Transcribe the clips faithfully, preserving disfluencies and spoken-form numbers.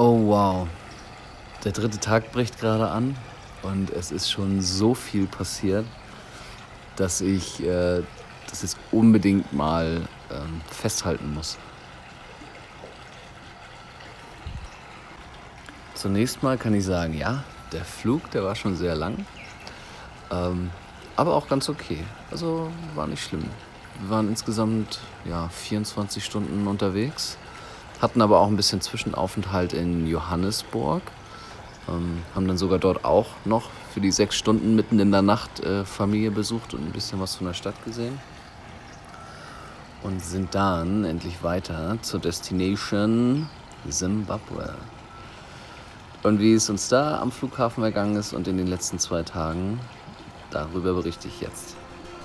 Oh wow, der dritte Tag bricht gerade an und es ist schon so viel passiert, dass ich äh, das jetzt unbedingt mal ähm, festhalten muss. Zunächst mal kann ich sagen, ja, der Flug, der war schon sehr lang, ähm, aber auch ganz okay. Also war nicht schlimm. Wir waren insgesamt ja, vierundzwanzig Stunden unterwegs, hatten aber auch ein bisschen Zwischenaufenthalt in Johannesburg, ähm, haben dann sogar dort auch noch für die sechs Stunden mitten in der Nacht äh, Familie besucht und ein bisschen was von der Stadt gesehen. Und sind dann endlich weiter zur Destination Simbabwe. Und wie es uns da am Flughafen ergangen ist und in den letzten zwei Tagen, darüber berichte ich jetzt.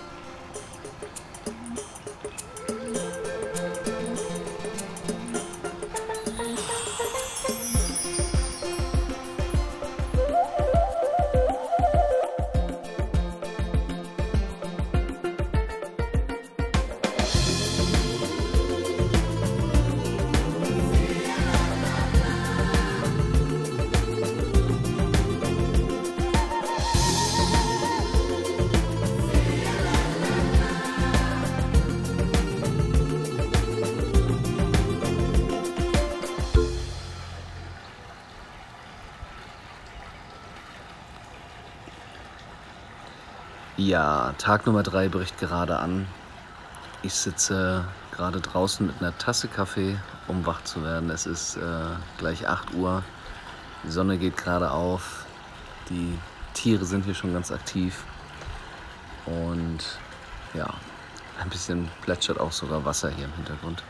Ja, Tag Nummer drei bricht gerade an. Ich sitze gerade draußen mit einer Tasse Kaffee, um wach zu werden. Es ist äh, gleich acht Uhr. Die Sonne geht gerade auf. Die Tiere sind hier schon ganz aktiv. Und ja, ein bisschen plätschert auch sogar Wasser hier im Hintergrund.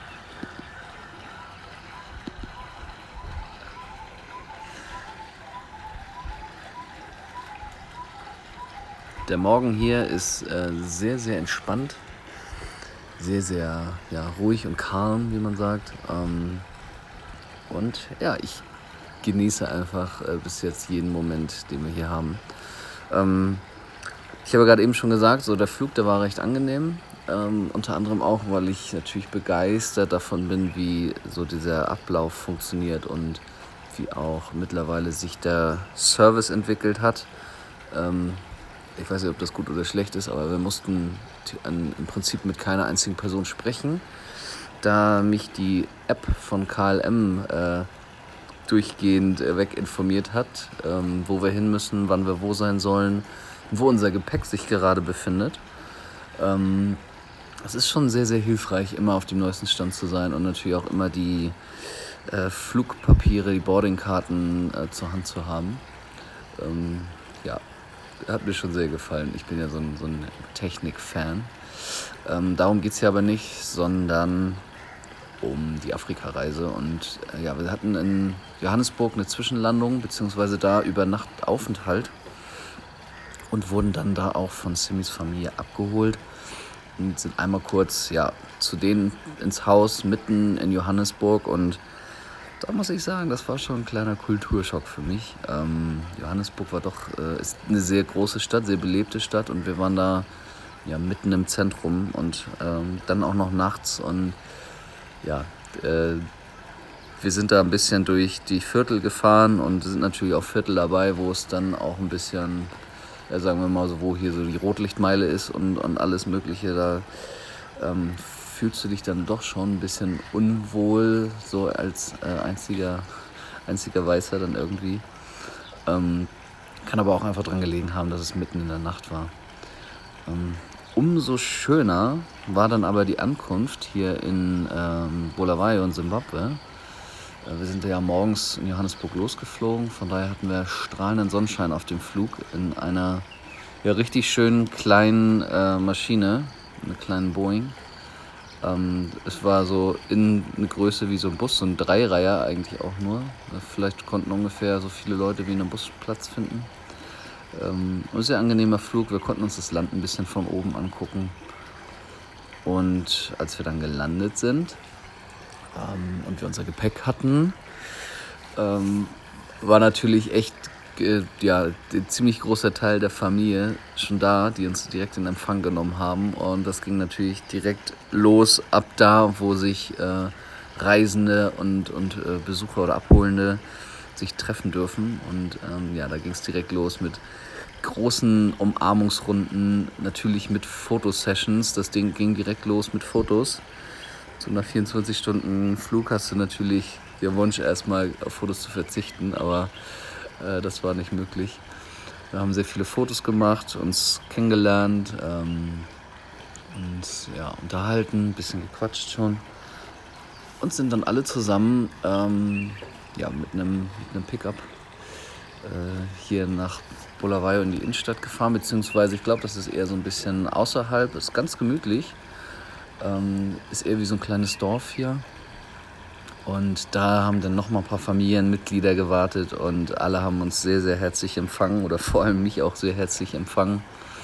Der Morgen hier ist äh, sehr, sehr entspannt, sehr, sehr ja, ruhig und calm, wie man sagt. Ähm, und ja, ich genieße einfach äh, bis jetzt jeden Moment, den wir hier haben. Ähm, ich habe gerade eben schon gesagt, so der Flug, der war recht angenehm. Ähm, unter anderem auch, weil ich natürlich begeistert davon bin, wie so dieser Ablauf funktioniert und wie auch mittlerweile sich der Service entwickelt hat. Ähm, Ich weiß nicht, ob das gut oder schlecht ist, aber wir mussten im Prinzip mit keiner einzigen Person sprechen, da mich die App von K L M äh, durchgehend äh, weg informiert hat, ähm, wo wir hin müssen, wann wir wo sein sollen, wo unser Gepäck sich gerade befindet. Ähm, es ist schon sehr, sehr hilfreich, immer auf dem neuesten Stand zu sein und natürlich auch immer die äh, Flugpapiere, die Boardingkarten äh, zur Hand zu haben. Ähm, ja. Hat mir schon sehr gefallen. Ich bin ja so ein, so ein Technik-Fan. Ähm, darum geht es ja aber nicht, sondern um die Afrika-Reise. Und äh, ja, wir hatten in Johannesburg eine Zwischenlandung, beziehungsweise da über Nacht Aufenthalt und wurden dann da auch von Simis Familie abgeholt und sind einmal kurz ja, zu denen ins Haus mitten in Johannesburg. Und da muss ich sagen, das war schon ein kleiner Kulturschock für mich. Ähm, Johannesburg war doch äh, ist eine sehr große Stadt, sehr belebte Stadt und wir waren da ja, mitten im Zentrum und ähm, dann auch noch nachts und ja, äh, wir sind da ein bisschen durch die Viertel gefahren und sind natürlich auch Viertel dabei, wo es dann auch ein bisschen, ja, sagen wir mal so, wo hier so die Rotlichtmeile ist und, und alles Mögliche da. Ähm, fühlst du dich dann doch schon ein bisschen unwohl, so als äh, einziger, einziger Weißer dann irgendwie. Ähm, kann aber auch einfach dran gelegen haben, dass es mitten in der Nacht war. Ähm, umso schöner war dann aber die Ankunft hier in ähm, Bulawayo in Simbabwe. Äh, wir sind ja morgens in Johannesburg losgeflogen, von daher hatten wir strahlenden Sonnenschein auf dem Flug in einer ja, richtig schönen kleinen äh, Maschine, einer kleinen Boeing. Ähm, es war so in eine Größe wie so ein Bus, so ein Dreireiher eigentlich auch nur. Vielleicht konnten ungefähr so viele Leute wie in einem Bus Platz finden. Ähm, ein sehr angenehmer Flug, wir konnten uns das Land ein bisschen von oben angucken. Und als wir dann gelandet sind ähm, und wir unser Gepäck hatten, ähm, war natürlich echt äh, ja, ein ziemlich großer Teil der Familie schon da, die uns direkt in Empfang genommen haben. Und das ging natürlich direkt los ab da, wo sich äh, Reisende und, und äh, Besucher oder Abholende sich treffen dürfen. Und ähm, ja, da ging es direkt los mit großen Umarmungsrunden, natürlich mit Fotosessions. Das Ding ging direkt los mit Fotos. So nach vierundzwanzig Stunden Flug hast du natürlich den Wunsch, erstmal auf Fotos zu verzichten, aber äh, das war nicht möglich. Wir haben sehr viele Fotos gemacht, uns kennengelernt ähm, und ja, unterhalten, ein bisschen gequatscht schon. Und sind dann alle zusammen ähm, ja, mit einem, mit einem Pickup äh, hier nach Bulawayo in die Innenstadt gefahren, beziehungsweise ich glaube, das ist eher so ein bisschen außerhalb, ist ganz gemütlich, ähm, ist eher wie so ein kleines Dorf hier. Und da haben dann noch mal ein paar Familienmitglieder gewartet und alle haben uns sehr, sehr herzlich empfangen oder vor allem mich auch sehr herzlich empfangen.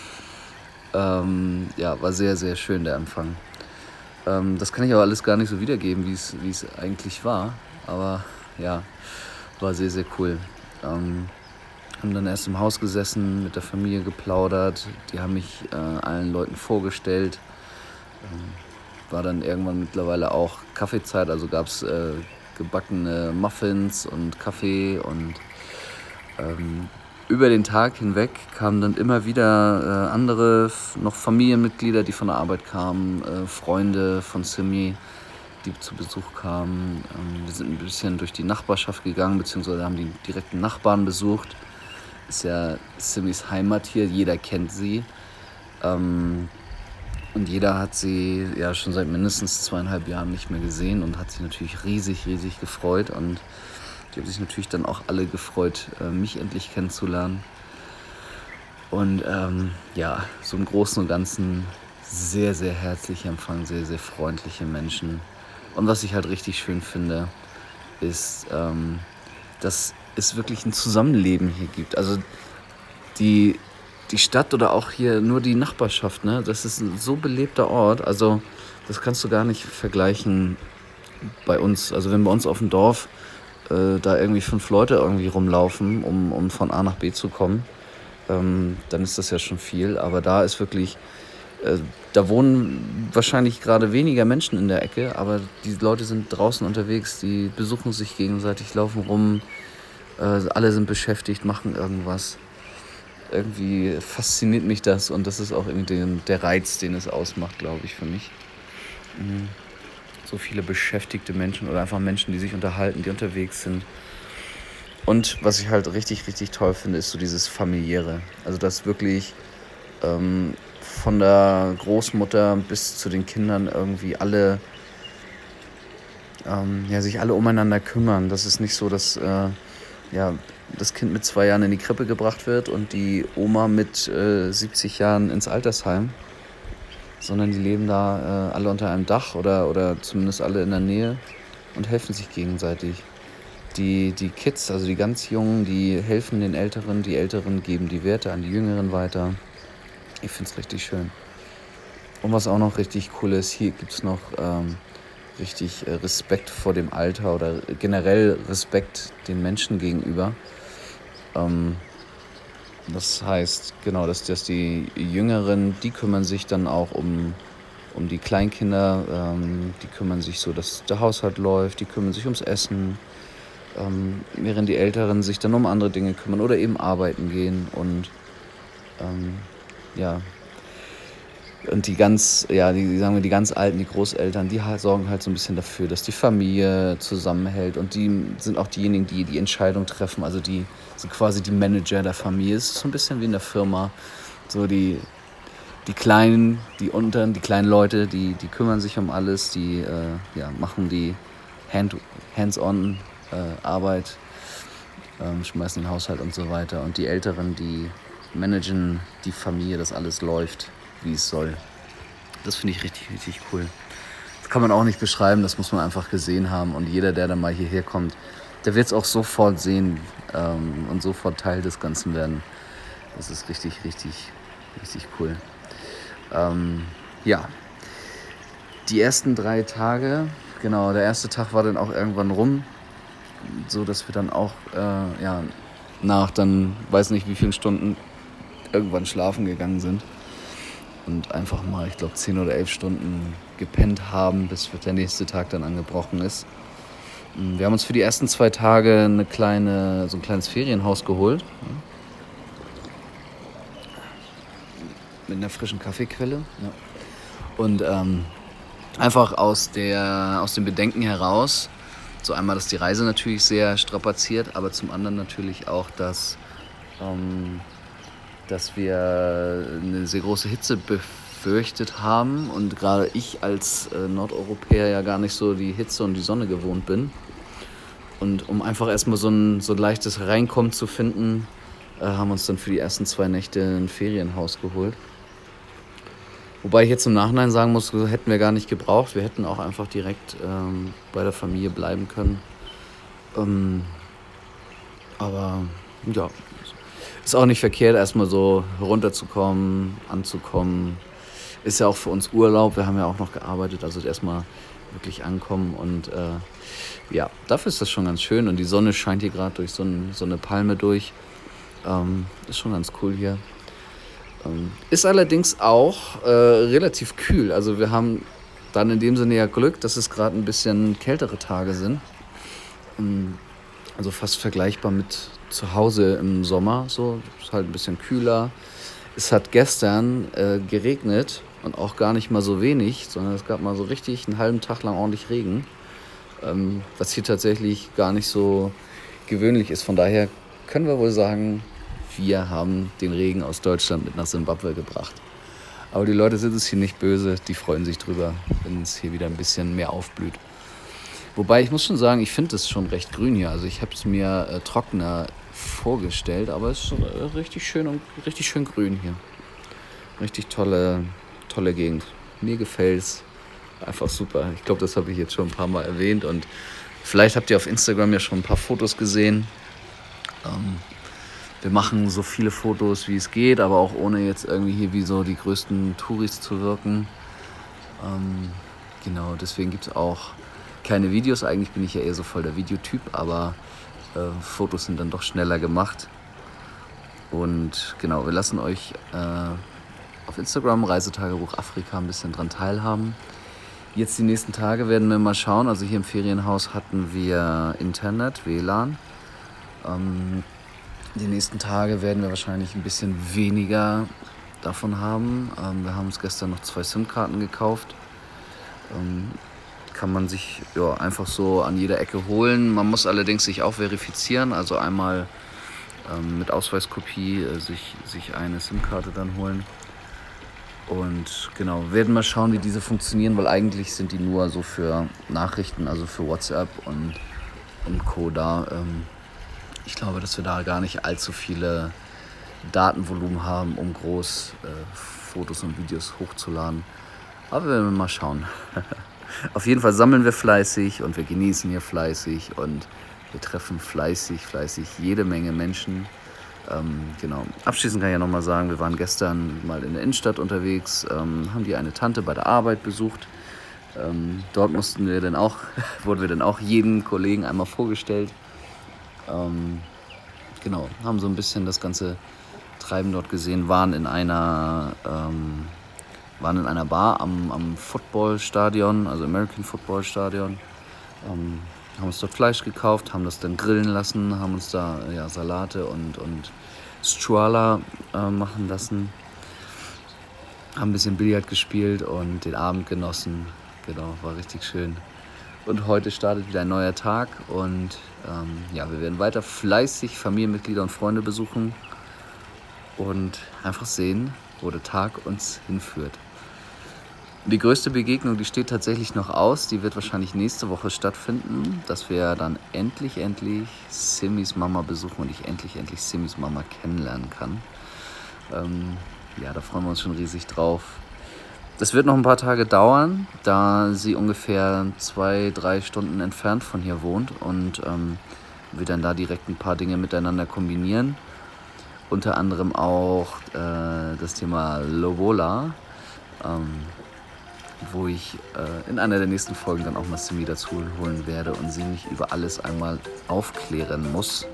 Ähm, ja, war sehr, sehr schön der Empfang. Ähm, das kann ich aber alles gar nicht so wiedergeben, wie es, wie es eigentlich war, aber ja, war sehr, sehr cool. Ähm, haben dann erst im Haus gesessen, mit der Familie geplaudert, die haben mich äh, allen Leuten vorgestellt. Ähm, war dann irgendwann mittlerweile auch Kaffeezeit, also gab es äh, gebackene Muffins und Kaffee und ähm, über den Tag hinweg kamen dann immer wieder äh, andere, noch Familienmitglieder, die von der Arbeit kamen, äh, Freunde von Simi, die zu Besuch kamen. Ähm, wir sind ein bisschen durch die Nachbarschaft gegangen, beziehungsweise haben die direkten Nachbarn besucht. Ist ja Simis Heimat hier, jeder kennt sie. Ähm, Und jeder hat sie ja schon seit mindestens zweieinhalb Jahren nicht mehr gesehen und hat sich natürlich riesig, riesig gefreut. Und die haben sich natürlich dann auch alle gefreut, mich endlich kennenzulernen. Und ähm, ja, so im Großen und Ganzen sehr, sehr herzlich empfangen, sehr, sehr freundliche Menschen. Und was ich halt richtig schön finde, ist, ähm, dass es wirklich ein Zusammenleben hier gibt. Also die... Die Stadt oder auch hier nur die Nachbarschaft, ne? Das ist ein so belebter Ort, also das kannst du gar nicht vergleichen bei uns. Also wenn bei uns auf dem Dorf äh, da irgendwie fünf Leute irgendwie rumlaufen, um, um von A nach B zu kommen, ähm, dann ist das ja schon viel. Aber da ist wirklich, äh, da wohnen wahrscheinlich gerade weniger Menschen in der Ecke, aber die Leute sind draußen unterwegs, die besuchen sich gegenseitig, laufen rum, äh, alle sind beschäftigt, machen irgendwas. Irgendwie fasziniert mich das und das ist auch irgendwie der Reiz, den es ausmacht, glaube ich, für mich. So viele beschäftigte Menschen oder einfach Menschen, die sich unterhalten, die unterwegs sind. Und was ich halt richtig, richtig toll finde, ist so dieses Familiäre. Also dass wirklich ähm, von der Großmutter bis zu den Kindern irgendwie alle, ähm, ja, sich alle umeinander kümmern. Das ist nicht so, dass äh, ja, das Kind mit zwei Jahren in die Krippe gebracht wird und die Oma mit äh, siebzig Jahren ins Altersheim, sondern die leben da äh, alle unter einem Dach oder, oder zumindest alle in der Nähe und helfen sich gegenseitig. Die, die Kids, also die ganz Jungen, die helfen den Älteren, die Älteren geben die Werte an die Jüngeren weiter. Ich finde es richtig schön. Und was auch noch richtig cool ist, hier gibt es noch ähm, richtig äh, Respekt vor dem Alter oder generell Respekt den Menschen gegenüber. Ähm, das heißt, genau, dass, dass die Jüngeren, die kümmern sich dann auch um, um die Kleinkinder, ähm, die kümmern sich so, dass der Haushalt läuft, die kümmern sich ums Essen, ähm, während die Älteren sich dann um andere Dinge kümmern oder eben arbeiten gehen und ähm, ja, und die ganz, ja, die, sagen wir, die ganz Alten, die Großeltern, die halt, sorgen halt so ein bisschen dafür, dass die Familie zusammenhält. Und die sind auch diejenigen, die die Entscheidung treffen. Also die sind quasi die Manager der Familie. Es ist so ein bisschen wie in der Firma. So die, die Kleinen, die Unteren, die kleinen Leute, die, die kümmern sich um alles. Die äh, ja, machen die Hand, Hands-on äh, Arbeit, ähm, schmeißen den Haushalt und so weiter. Und die Älteren, die managen die Familie, dass alles läuft, wie es soll. Das finde ich richtig, richtig cool. Das kann man auch nicht beschreiben, das muss man einfach gesehen haben. Und jeder, der dann mal hierher kommt, der wird es auch sofort sehen ähm, und sofort Teil des Ganzen werden. Das ist richtig, richtig, richtig cool. Ähm, ja, die ersten drei Tage, genau, der erste Tag war dann auch irgendwann rum, so dass wir dann auch äh, ja, nach dann, weiß nicht wie vielen Stunden, irgendwann schlafen gegangen sind. und einfach mal, ich glaube, zehn oder elf Stunden gepennt haben, bis der nächste Tag dann angebrochen ist. Wir haben uns für die ersten zwei Tage eine kleine, so ein kleines Ferienhaus geholt. Mit einer frischen Kaffeequelle. Ja. Und ähm, einfach aus, der, aus dem Bedenken heraus, so einmal, dass die Reise natürlich sehr strapaziert, aber zum anderen natürlich auch, dass, ähm, dass wir eine sehr große Hitze befürchtet haben und gerade ich als äh, Nordeuropäer ja gar nicht so die Hitze und die Sonne gewohnt bin. Und um einfach erstmal so ein, so ein leichtes Reinkommen zu finden, äh, haben wir uns dann für die ersten zwei Nächte ein Ferienhaus geholt. Wobei ich jetzt im Nachhinein sagen muss, hätten wir gar nicht gebraucht. Wir hätten auch einfach direkt ähm, bei der Familie bleiben können. Ähm, aber ja, ist auch nicht verkehrt, erstmal so runterzukommen, anzukommen. Ist ja auch für uns Urlaub. Wir haben ja auch noch gearbeitet, also erstmal wirklich ankommen. Und äh, ja, dafür ist das schon ganz schön. Und die Sonne scheint hier gerade durch so, ein, so eine Palme durch. Ähm, ist schon ganz cool hier. Ist allerdings auch äh, relativ kühl. Also wir haben dann in dem Sinne ja Glück, dass es gerade ein bisschen kältere Tage sind. Also fast vergleichbar mit zu Hause im Sommer. So ist halt ein bisschen kühler. Es hat gestern äh, geregnet und auch gar nicht mal so wenig, sondern es gab mal so richtig einen halben Tag lang ordentlich Regen. Ähm, was hier tatsächlich gar nicht so gewöhnlich ist. Von daher können wir wohl sagen, wir haben den Regen aus Deutschland mit nach Simbabwe gebracht. Aber die Leute sind es hier nicht böse, die freuen sich drüber, wenn es hier wieder ein bisschen mehr aufblüht. Wobei ich muss schon sagen, ich finde es schon recht grün hier. Also ich habe es mir äh, trockener vorgestellt, aber es ist äh, richtig schön und richtig schön grün hier. Richtig tolle, tolle Gegend. Mir gefällt es einfach super. Ich glaube, das habe ich jetzt schon ein paar Mal erwähnt und vielleicht habt ihr auf Instagram ja schon ein paar Fotos gesehen. Ähm, Wir machen so viele Fotos, wie es geht, aber auch ohne jetzt irgendwie hier wie so die größten Touris zu wirken. Ähm, genau, deswegen gibt es auch keine Videos. Eigentlich bin ich ja eher so voll der Videotyp, aber äh, Fotos sind dann doch schneller gemacht. Und genau, wir lassen euch äh, auf Instagram Reisetagebuch Afrika ein bisschen dran teilhaben. Jetzt die nächsten Tage werden wir mal schauen. Also hier im Ferienhaus hatten wir Internet, W L A N. Ähm, Die nächsten Tage werden wir wahrscheinlich ein bisschen weniger davon haben. Ähm, wir haben uns gestern noch zwei SIM-Karten gekauft. Ähm, kann man sich ja, einfach so an jeder Ecke holen. Man muss allerdings sich auch verifizieren. Also einmal ähm, mit Ausweiskopie äh, sich, sich eine SIM-Karte dann holen. Und genau, werden mal schauen, wie diese funktionieren, weil eigentlich sind die nur so für Nachrichten, also für WhatsApp und, und Co. da. Ähm, Ich glaube, dass wir da gar nicht allzu viele Datenvolumen haben, um groß äh, Fotos und Videos hochzuladen. Aber wir werden mal schauen. Auf jeden Fall sammeln wir fleißig und wir genießen hier fleißig und wir treffen fleißig, fleißig jede Menge Menschen. Ähm, genau. Abschließend kann ich ja nochmal sagen, wir waren gestern mal in der Innenstadt unterwegs, ähm, haben die eine Tante bei der Arbeit besucht. Ähm, dort mussten wir dann auch, wurden wir dann auch jeden Kollegen einmal vorgestellt. Ähm, genau, haben so ein bisschen das ganze Treiben dort gesehen, waren in einer, ähm, waren in einer Bar am, am Footballstadion, also American Football Stadion, ähm, haben uns dort Fleisch gekauft, haben das dann grillen lassen, haben uns da ja, Salate und, und Strala äh, machen lassen, haben ein bisschen Billard gespielt und den Abend genossen, genau, war richtig schön. Und heute startet wieder ein neuer Tag und ähm, ja, wir werden weiter fleißig Familienmitglieder und Freunde besuchen und einfach sehen, wo der Tag uns hinführt. Die größte Begegnung, die steht tatsächlich noch aus, die wird wahrscheinlich nächste Woche stattfinden, dass wir dann endlich, endlich Simis Mama besuchen und ich endlich, endlich Simis Mama kennenlernen kann. Ähm, ja, da freuen wir uns schon riesig drauf. Das wird noch ein paar Tage dauern, da sie ungefähr zwei, drei Stunden entfernt von hier wohnt und ähm, wir dann da direkt ein paar Dinge miteinander kombinieren. Unter anderem auch äh, das Thema Lobola, ähm, wo ich äh, in einer der nächsten Folgen dann auch mal Simi dazu holen werde und sie mich über alles einmal aufklären muss,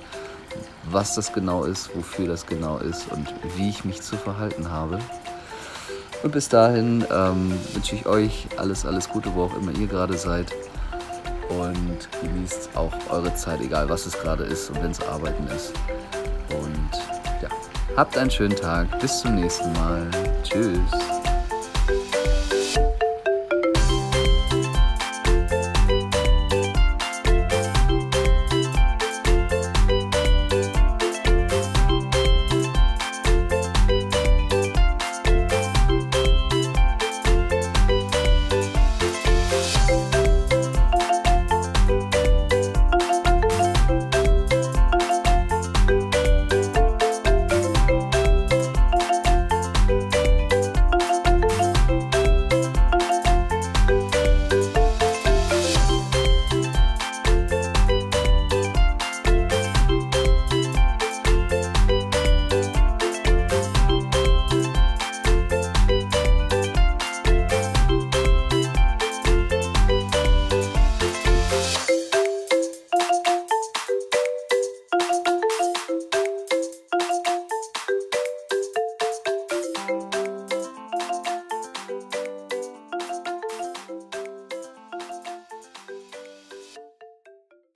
was das genau ist, wofür das genau ist und wie ich mich zu verhalten habe. Und bis dahin ähm, wünsche ich euch alles, alles Gute, wo auch immer ihr gerade seid. Und genießt auch eure Zeit, egal was es gerade ist und wenn es Arbeiten ist. Und ja, habt einen schönen Tag. Bis zum nächsten Mal. Tschüss.